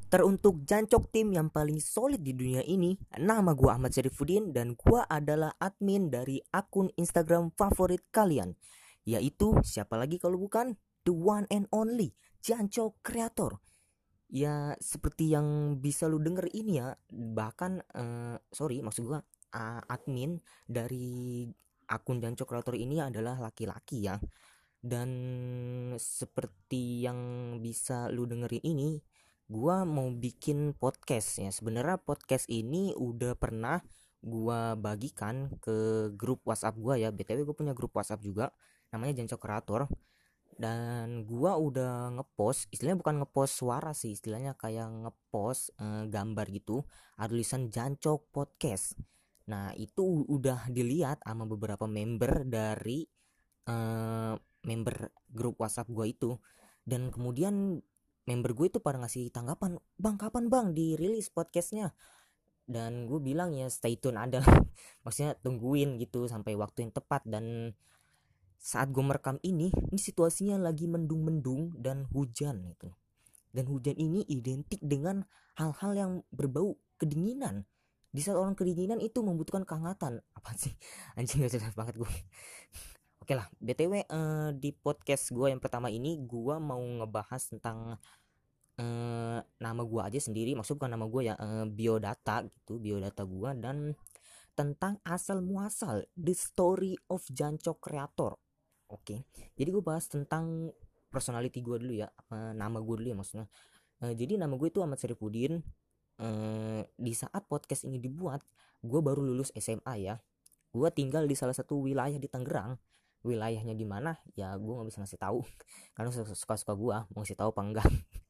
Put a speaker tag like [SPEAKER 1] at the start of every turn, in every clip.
[SPEAKER 1] Teruntuk jancok tim yang paling solid di dunia ini, nama gua Ahmad Syarifuddin dan gua adalah admin dari akun Instagram favorit kalian, yaitu siapa lagi kalau bukan the one and only Jancok Creator. Ya seperti yang bisa lu denger ini ya, bahkan sorry maksud gua admin dari akun Jancok Creator ini adalah laki-laki ya. Dan seperti yang bisa lu dengerin ini, gua mau bikin podcast ya. Sebenarnya podcast ini udah pernah gua bagikan ke grup WhatsApp gua ya. BTW gua punya grup WhatsApp juga namanya Jancok Kreator, dan gua udah ngepost, istilahnya bukan ngepost suara sih, istilahnya kayak ngepost gambar gitu, ada tulisan Jancok Podcast. Nah, itu udah dilihat sama beberapa member dari eh, member grup WhatsApp gue itu, dan kemudian member gue itu pada ngasih tanggapan, bang kapan bang dirilis podcastnya, dan gue bilang ya stay tune ada maksudnya tungguin gitu sampai waktu yang tepat. Dan saat gue merekam ini situasinya lagi mendung-mendung dan hujan itu, dan hujan ini identik dengan hal-hal yang berbau kedinginan. Di saat orang kedinginan itu membutuhkan kehangatan, apa sih anjing, gak jelas banget gue. Oke lah, BTW di podcast gue yang pertama ini gue mau ngebahas tentang nama gue aja sendiri, maksud bukan nama gue ya, biodata gitu, biodata gue, dan tentang asal muasal the story of Jancok Creator. Oke, jadi gue bahas tentang personality gue dulu ya, nama gue dulu ya maksudnya. Jadi nama gue itu Ahmad Syarifuddin. Di saat podcast ini dibuat, gue baru lulus SMA ya. Gue tinggal di salah satu wilayah di Tangerang. Wilayahnya di mana ya gue nggak bisa ngasih tahu karena suka-suka gue mau ngasih tahu apa enggak.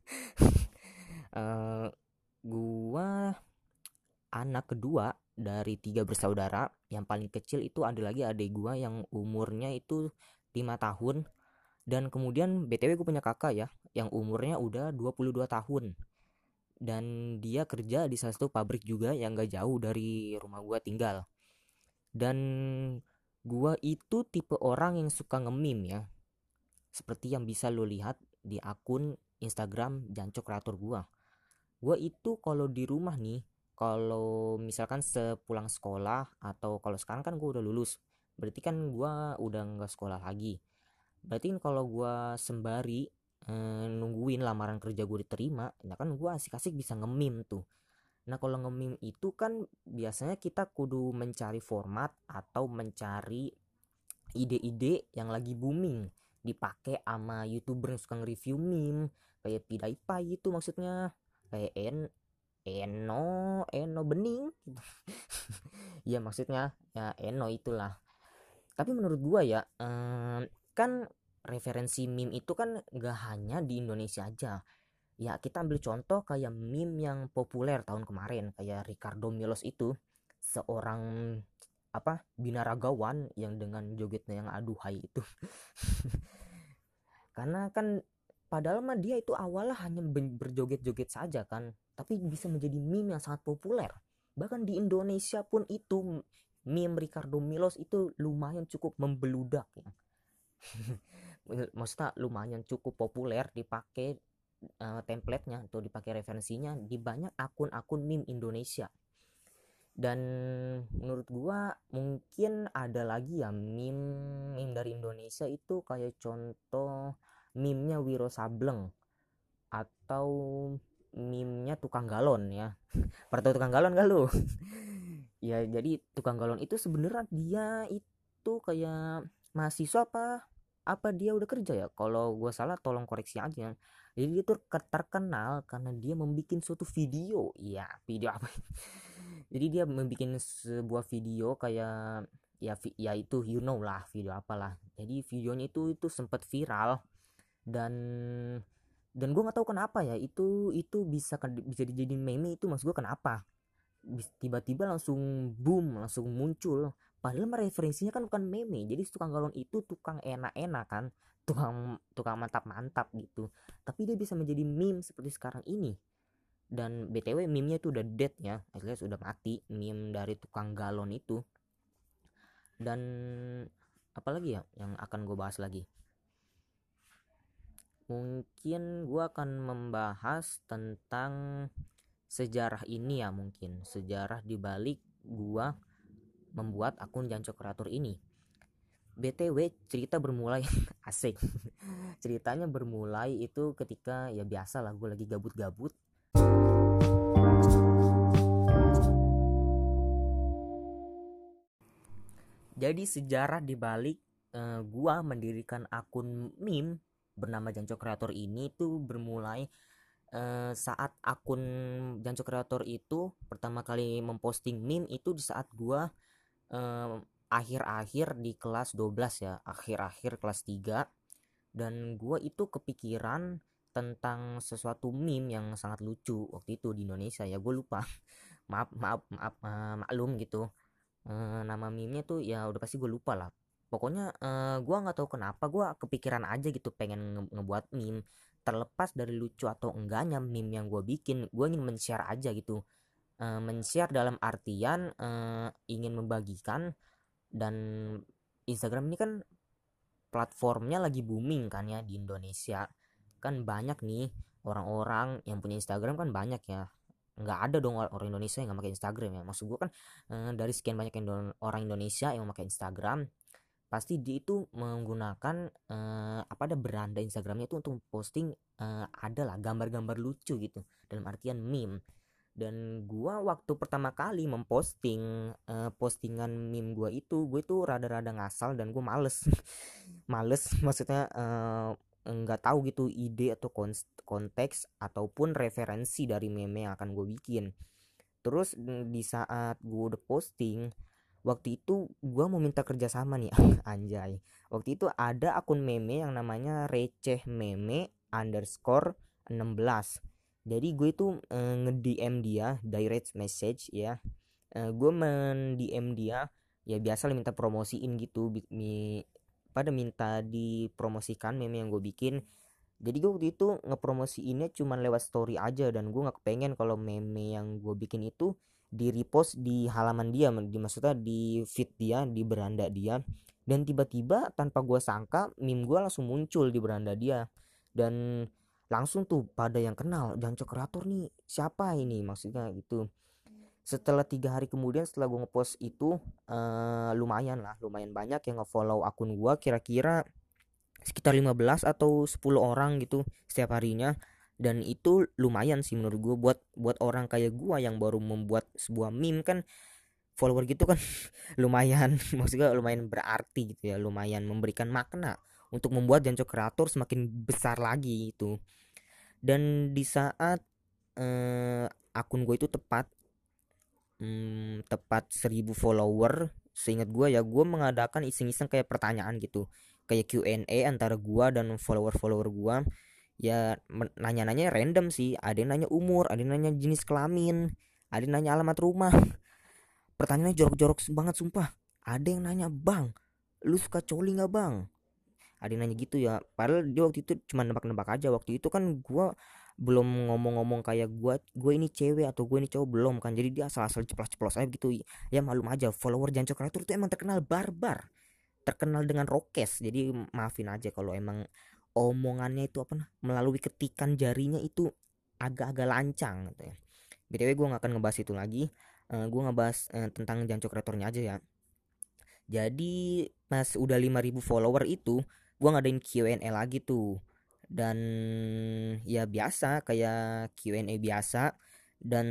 [SPEAKER 1] uh, gue anak kedua dari 3 bersaudara. Yang paling kecil itu ada lagi adik gue yang umurnya itu 5 tahun. Dan kemudian BTW gue punya kakak ya yang umurnya udah 22 tahun, dan dia kerja di salah satu pabrik juga yang gak jauh dari rumah gue tinggal. Dan gua itu tipe orang yang suka nge-meme ya, seperti yang bisa lo lihat di akun Instagram Jancok Kreator gua. Gua itu kalau di rumah nih, kalau misalkan sepulang sekolah, atau kalau sekarang kan gua udah lulus, berarti kan gua udah nggak sekolah lagi. Berarti kan kalau gua sembari nungguin lamaran kerja gue diterima, ya kan gua asik-asik bisa nge-meme tuh. Nah, kalau nge-meme itu kan biasanya kita kudu mencari format atau mencari ide-ide yang lagi booming dipakai sama youtuber yang suka nge-review meme, kayak PewDiePie gitu maksudnya, kayak Eno Bening gitu. Ya maksudnya ya Eno itulah. Tapi menurut gua ya, kan referensi meme itu kan gak hanya di Indonesia aja. Ya kita ambil contoh kayak meme yang populer tahun kemarin, kayak Ricardo Milos itu, seorang binaragawan yang dengan jogetnya yang aduhai itu. Karena kan padahal mah dia itu awalnya hanya berjoget-joget saja kan, tapi bisa menjadi meme yang sangat populer. Bahkan di Indonesia pun itu meme Ricardo Milos itu lumayan cukup membeludak ya. Maksudnya lumayan cukup populer, dipakai template-nya atau dipakai referensinya di banyak akun-akun meme Indonesia. Dan menurut gua mungkin ada lagi ya meme dari Indonesia itu, kayak contoh meme-nya Wiro Sableng atau meme-nya tukang galon ya. Pernah tukang galon gak lu? Ya jadi tukang galon itu sebenarnya dia itu kayak mahasiswa apa dia udah kerja ya, kalau gua salah tolong koreksi aja. Jadi dia tuh terkenal karena dia membuat suatu video, ya video apa. Jadi dia membuat sebuah video kayak ya itu you know lah video apalah. Jadi videonya itu sempat viral, dan gue nggak tahu kenapa ya itu bisa dijadiin meme itu, maksud gue kenapa tiba-tiba langsung boom, langsung muncul, padahal referensinya kan bukan meme. Jadi tukang galon itu tukang enak-enak kan, tukang tukang mantap-mantap gitu, tapi dia bisa menjadi meme seperti sekarang ini. Dan BTW meme-nya itu udah dead ya, alias sudah mati meme dari tukang galon itu. Dan apalagi ya yang akan gue bahas lagi, Mungkin gua akan membahas tentang sejarah ini ya, mungkin sejarah dibalik gua membuat akun Janco Kreator ini. BTW cerita bermulai asik. Ceritanya bermulai itu ketika ya biasa lah, gue lagi gabut-gabut. Jadi sejarah dibalik gua mendirikan akun meme bernama Janco Kreator ini tuh bermulai saat akun Janco Kreator itu pertama kali memposting meme itu di saat gua akhir-akhir di kelas 12 ya, akhir-akhir kelas 3, dan gua itu kepikiran tentang sesuatu meme yang sangat lucu waktu itu di Indonesia ya, gue lupa. Maklum gitu. Nama meme-nya tuh ya udah pasti gue lupa lah. Pokoknya gue nggak tahu kenapa gue kepikiran aja gitu pengen ngebuat meme. Terlepas dari lucu atau enggaknya meme yang gue bikin, gue ingin men-share aja gitu. Men-share dalam artian ingin membagikan. Dan Instagram ini kan platformnya lagi booming kan ya di Indonesia. Kan banyak nih orang-orang yang punya Instagram, kan banyak ya. Nggak ada dong orang Indonesia yang nggak pakai Instagram ya. Maksud gue kan dari sekian banyak orang Indonesia yang memakai Instagram, pasti dia itu menggunakan apa, ada beranda Instagramnya itu untuk posting adalah gambar-gambar lucu gitu, dalam artian meme. Dan gua waktu pertama kali memposting postingan meme gue itu rada-rada ngasal dan gue males. Males maksudnya nggak tahu gitu ide atau konteks ataupun referensi dari meme yang akan gue bikin. Terus di saat gue udah posting, waktu itu gue mau minta kerjasama nih. Anjay, waktu itu ada akun meme yang namanya receh meme underscore 16. Jadi gue itu nge-DM dia direct message ya. Gue men-DM dia ya, biasa minta promosiin gitu, pada minta dipromosikan meme yang gue bikin. Jadi gue waktu itu ngepromosiinnya cuman lewat story aja, dan gue nggak kepengen kalau meme yang gue bikin itu di repost di halaman dia, maksudnya di feed dia, di beranda dia. Dan tiba-tiba tanpa gue sangka meme gue langsung muncul di beranda dia, dan langsung tuh pada yang kenal, Janco Kreator nih siapa ini maksudnya gitu. Setelah 3 hari kemudian setelah gue ngepost itu lumayan banyak yang ngefollow akun gue, kira-kira sekitar 15 atau 10 orang gitu setiap harinya. Dan itu lumayan sih menurut gue buat buat orang kayak gue yang baru membuat sebuah meme kan, follower gitu kan. Lumayan maksudnya lumayan berarti gitu ya, lumayan memberikan makna untuk membuat Janco Kreator semakin besar lagi itu. Dan di saat akun gue itu tepat 1000 follower, seingat gue ya, gue mengadakan iseng-iseng kayak pertanyaan gitu, kayak Q&A antara gue dan follower-follower gue. Ya nanya-nanya random sih, ada yang nanya umur, ada yang nanya jenis kelamin, ada yang nanya alamat rumah. Pertanyaannya jorok-jorok banget sumpah. Ada yang nanya, bang, lu suka coli nggak bang? Ada yang nanya gitu ya, padahal dia waktu itu cuma nebak-nebak aja. Waktu itu kan gue belum ngomong-ngomong kayak gue ini cewek atau gue ini cowok, belum kan. Jadi dia asal-asal ceplos-ceplos aja gitu ya. Malum aja, follower Janco Kreator itu emang terkenal barbar, terkenal dengan rokes. Jadi maafin aja kalau emang omongannya itu melalui ketikan jarinya itu agak-agak lancang gitu ya. BTW gue gak akan ngebahas itu lagi. Gue ngebahas tentang Janco Kreatornya aja ya. Jadi pas udah 5000 follower itu gue ngadain Q&A lagi tuh. Dan ya biasa kayak Q&A biasa. Dan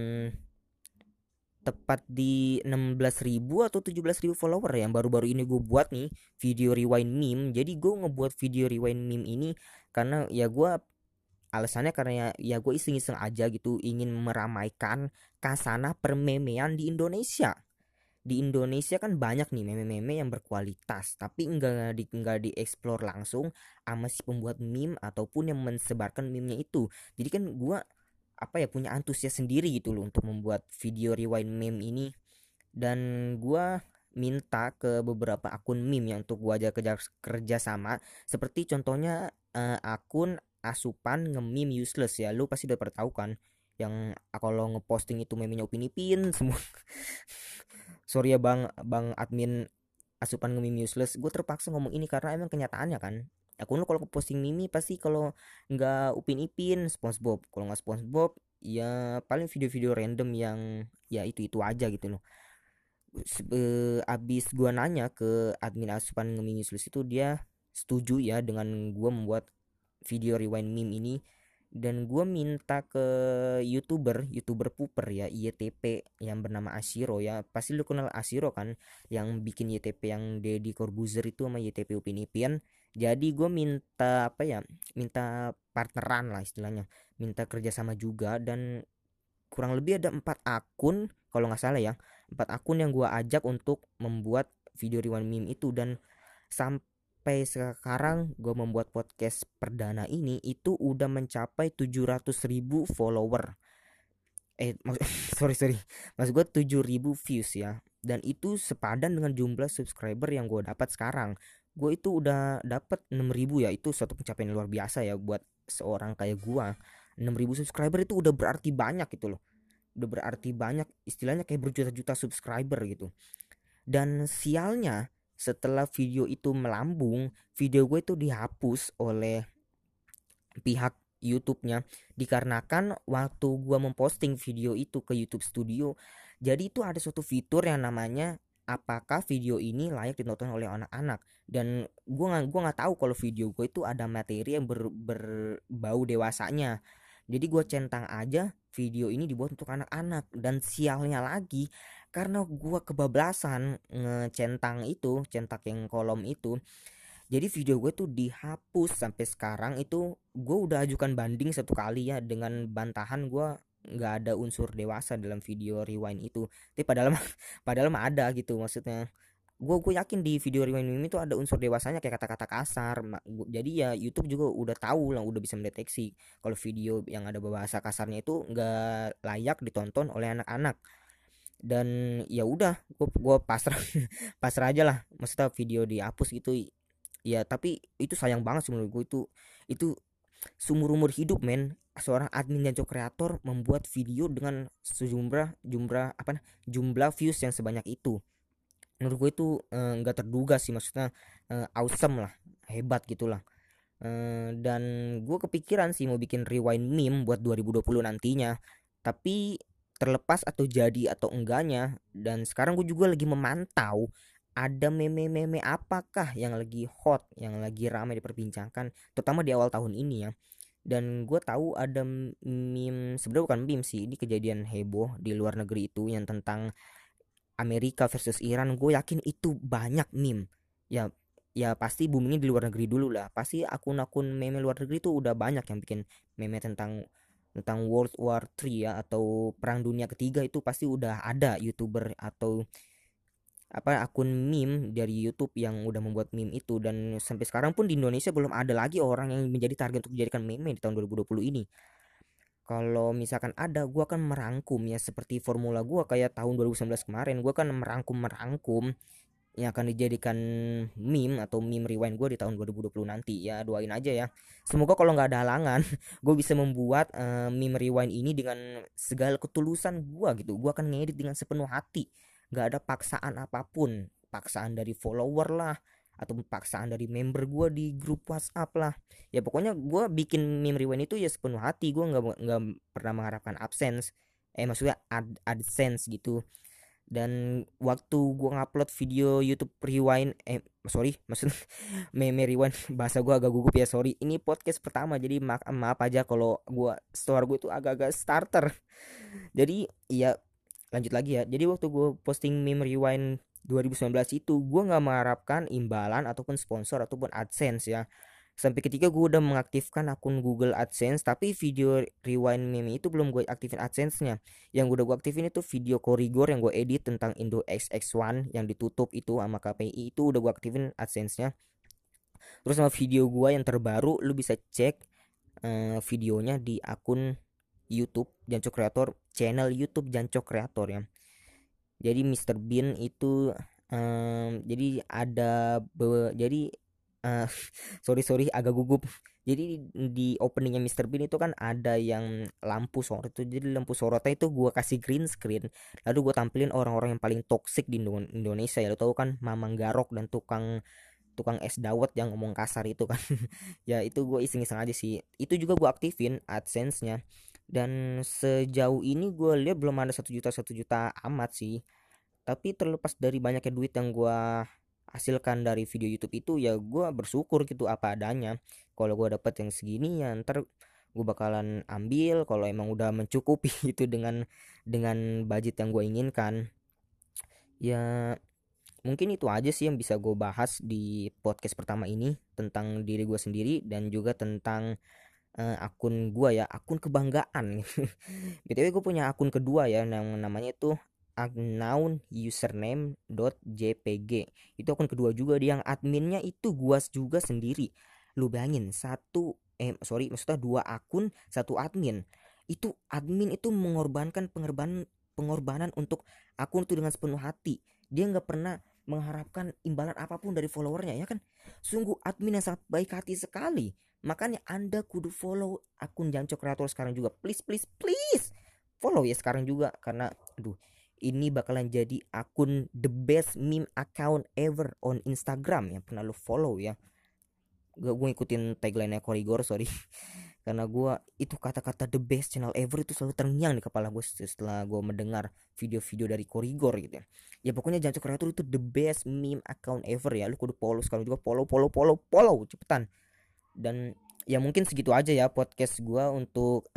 [SPEAKER 1] tepat di 16.000 atau 17.000 follower yang baru-baru ini gue buat nih video rewind meme. Jadi gue ngebuat video rewind meme ini karena ya gue alasannya karena ya gue iseng-iseng aja gitu, ingin meramaikan kasana permemean di Indonesia. Di Indonesia kan banyak nih meme-meme yang berkualitas tapi enggak dieksplor langsung sama si pembuat meme ataupun yang mensebarkan meme-nya itu. Jadi kan gua punya antusias sendiri gitu loh untuk membuat video rewind meme ini. Dan gua minta ke beberapa akun meme yang untuk gua ajak kerja sama, seperti contohnya akun asupan nge-meme useless ya. Lu pasti udah pernah tahu kan, yang kalau ngeposting itu memenya Upin Ipin semua. Sorry ya bang admin asupan nge-meme useless, gue terpaksa ngomong ini karena emang kenyataannya kan Akun lu kalau posting meme pasti kalau nggak Upin Ipin, SpongeBob. Kalau nggak SpongeBob, ya paling video-video random yang ya itu aja gitu loh. Abis gua nanya ke admin asupan Ngemimislus itu, dia setuju ya dengan gua membuat video rewind meme ini, dan gua minta ke youtuber puper ya, YTP, yang bernama Ashiro. Ya pasti lu kenal Ashiro kan, yang bikin YTP yang Deddy Corbuzier itu sama YTP Upin Ipin. Jadi gue minta apa ya, minta partneran lah istilahnya, minta kerjasama juga. Dan kurang lebih ada 4 akun kalau nggak salah ya, 4 akun yang gue ajak untuk membuat video rewind meme itu. Dan sampai sekarang gue membuat podcast perdana ini itu udah mencapai 700.000 follower. Sorry, maksud gue 7.000 views ya. Dan itu sepadan dengan jumlah subscriber yang gue dapat sekarang. Gue itu udah dapat 6.000 ya, itu suatu pencapaian luar biasa ya buat seorang kayak gue. 6.000 subscriber itu udah berarti banyak gitu loh, udah berarti banyak, istilahnya kayak berjuta-juta subscriber gitu. Dan sialnya, setelah video itu melambung, video gue itu dihapus oleh pihak YouTube-nya, dikarenakan waktu gua memposting video itu ke YouTube Studio, jadi itu ada suatu fitur yang namanya apakah video ini layak ditonton oleh anak-anak. Dan gua nggak tahu kalau video gue itu ada materi yang berbau dewasanya. Jadi gue centang aja video ini dibuat untuk anak-anak. Dan sialnya lagi, karena gua kebablasan ngecentang itu, centak yang kolom itu, jadi video gue tuh dihapus. Sampai sekarang itu gue udah ajukan banding 1 kali ya, dengan bantahan gue nggak ada unsur dewasa dalam video rewind itu. Tapi padahal mah ada gitu, maksudnya gue yakin di video rewind ini tuh ada unsur dewasanya kayak kata-kata kasar. Jadi ya YouTube juga udah tahu lah, udah bisa mendeteksi kalau video yang ada bahasa kasarnya itu nggak layak ditonton oleh anak-anak. Dan ya udah, gue pasrah pasrah aja lah, maksudnya video dihapus gitu ya. Tapi itu sayang banget sih menurut gue. Itu seumur umur hidup men, seorang admin dan kreator membuat video dengan sejumlah jumlah apa jumlah views yang sebanyak itu. Menurut gue itu nggak terduga sih, maksudnya awesome lah, hebat gitulah. Dan gue kepikiran sih mau bikin rewind meme buat 2020 nantinya, tapi terlepas atau jadi atau enggaknya. Dan sekarang gue juga lagi memantau ada meme-meme apakah yang lagi hot, yang lagi ramai diperbincangkan, terutama di awal tahun ini ya. Dan gue tahu ada meme, sebenarnya bukan meme sih, ini kejadian heboh di luar negeri itu yang tentang Amerika versus Iran. Gue yakin itu banyak meme ya. Ya pasti boomingnya di luar negeri dulu lah, pasti akun-akun meme luar negeri itu udah banyak yang bikin meme tentang World War 3 ya, atau Perang Dunia Ketiga. Itu pasti udah ada youtuber atau apa akun meme dari YouTube yang udah membuat meme itu. Dan sampai sekarang pun di Indonesia belum ada lagi orang yang menjadi target untuk dijadikan meme di tahun 2020 ini. Kalau misalkan ada, gua akan merangkum ya, seperti formula gua kayak tahun 2019 kemarin. Gua akan merangkum yang akan dijadikan meme atau meme rewind gue di tahun 2020 nanti. Ya doain aja ya, semoga kalau nggak ada halangan gue bisa membuat meme rewind ini dengan segala ketulusan gue gitu. Gue akan ngedit dengan sepenuh hati, nggak ada paksaan apapun, paksaan dari follower lah atau paksaan dari member gue di grup WhatsApp lah. Ya pokoknya gue bikin meme rewind itu ya sepenuh hati. Gue nggak pernah mengharapkan absense, maksudnya AdSense gitu. Dan waktu gua ngupload video YouTube rewind, sorry, maksud meme rewind, bahasa gua agak gugup ya, sorry. Ini podcast pertama, jadi maaf aja kalau suara gue itu agak-agak starter. Jadi ya lanjut lagi ya. Jadi waktu gue posting meme rewind 2019 itu, gue nggak mengharapkan imbalan ataupun sponsor ataupun AdSense ya. Sampai ketika gue udah mengaktifkan akun Google AdSense, tapi video rewind meme itu belum gue aktifin AdSense-nya. Yang udah gue aktifin itu video Korigor yang gue edit tentang Indo XX1 yang ditutup itu sama KPI, itu udah gue aktifin AdSense-nya. Terus sama video gue yang terbaru, lu bisa cek videonya di akun YouTube Janco Creator, channel YouTube Janco Creator ya. Jadi Mr. Bean itu jadi ada jadi uh, sorry agak gugup. Jadi di openingnya Mr. Bean itu kan ada yang lampu sorot itu. Jadi lampu sorotnya itu gua kasih green screen, lalu gua tampilin orang-orang yang paling toxic di Indonesia ya. Lo tahu kan, Mamang Garok dan tukang tukang es dawet yang ngomong kasar itu kan. Ya itu gue iseng-iseng aja sih, itu juga gue aktifin AdSense-nya, dan sejauh ini gue lihat belum ada 1 juta amat sih. Tapi terlepas dari banyaknya duit yang gue hasilkan dari video YouTube itu, ya gue bersyukur gitu apa adanya. Kalau gue dapet yang segini ya ntar gue bakalan ambil kalau emang udah mencukupi gitu dengan budget yang gue inginkan. Ya mungkin itu aja sih yang bisa gue bahas di podcast pertama ini tentang diri gue sendiri dan juga tentang akun gue ya, akun kebanggaan. BTW gue punya akun kedua ya yang namanya itu unknown username.jpg. Itu akun kedua juga, dia yang adminnya itu gua juga sendiri. Lu bayangin maksudnya dua akun satu admin. Itu admin itu mengorbankan pengorbanan untuk akun itu dengan sepenuh hati. Dia nggak pernah mengharapkan imbalan apapun dari followernya ya kan. Sungguh admin yang sangat baik hati sekali. Makanya Anda kudu follow akun Jancok Kreator sekarang juga. Please please please. Follow ya sekarang juga karena aduh, ini bakalan jadi akun the best meme account ever on Instagram yang pernah lo follow ya. Gue ngikutin tagline-nya Korigor, sorry. Karena gue itu kata-kata the best channel ever itu selalu terngiang di kepala gue setelah gue mendengar video-video dari Korigor gitu ya. Ya pokoknya Jancok Kreator itu the best meme account ever ya. Lu kudu follow sekarang juga, follow cepetan. Dan ya mungkin segitu aja ya podcast gue untuk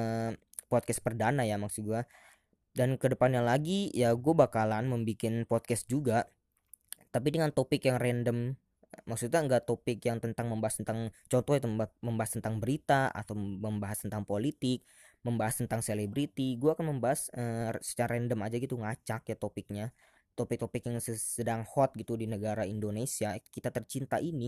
[SPEAKER 1] podcast perdana ya maksud gue. Dan kedepannya lagi ya gue bakalan membuat podcast juga, tapi dengan topik yang random. Maksudnya nggak topik yang tentang membahas tentang contoh itu membahas tentang berita atau membahas tentang politik, membahas tentang selebriti. Gue akan membahas secara random aja gitu, ngacak ya topiknya, topik-topik yang sedang hot gitu di negara Indonesia kita tercinta ini.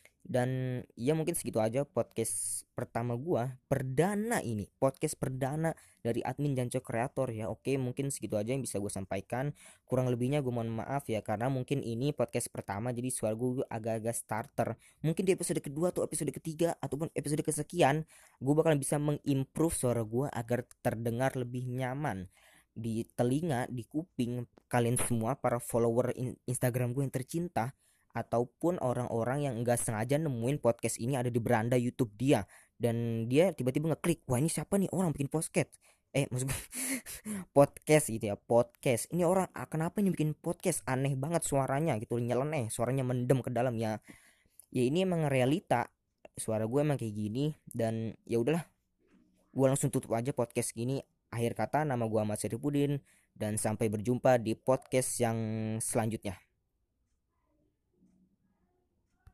[SPEAKER 1] Dan ya mungkin segitu aja podcast pertama gua perdana ini, podcast perdana dari admin Jancok Kreator ya. Oke, mungkin segitu aja yang bisa gue sampaikan. Kurang lebihnya gue mohon maaf ya karena mungkin ini podcast pertama jadi suara gue agak-agak starter. Mungkin di episode kedua atau episode ketiga ataupun episode kesekian gue bakalan bisa mengimprove suara gue agar terdengar lebih nyaman di telinga, di kuping kalian semua para follower Instagram gue yang tercinta, ataupun orang-orang yang enggak sengaja nemuin podcast ini ada di beranda YouTube dia dan dia tiba-tiba ngeklik, wah ini siapa nih orang bikin podcast, maksud gue podcast gitu ya, podcast ini orang kenapa ini bikin podcast aneh banget suaranya gitu, nyeleneh suaranya mendem ke dalam ya. Ya ini emang realita, suara gue emang kayak gini. Dan ya udahlah, gue langsung tutup aja podcast gini. Akhir kata, nama gue Ahmad Syarifudin dan sampai berjumpa di podcast yang selanjutnya.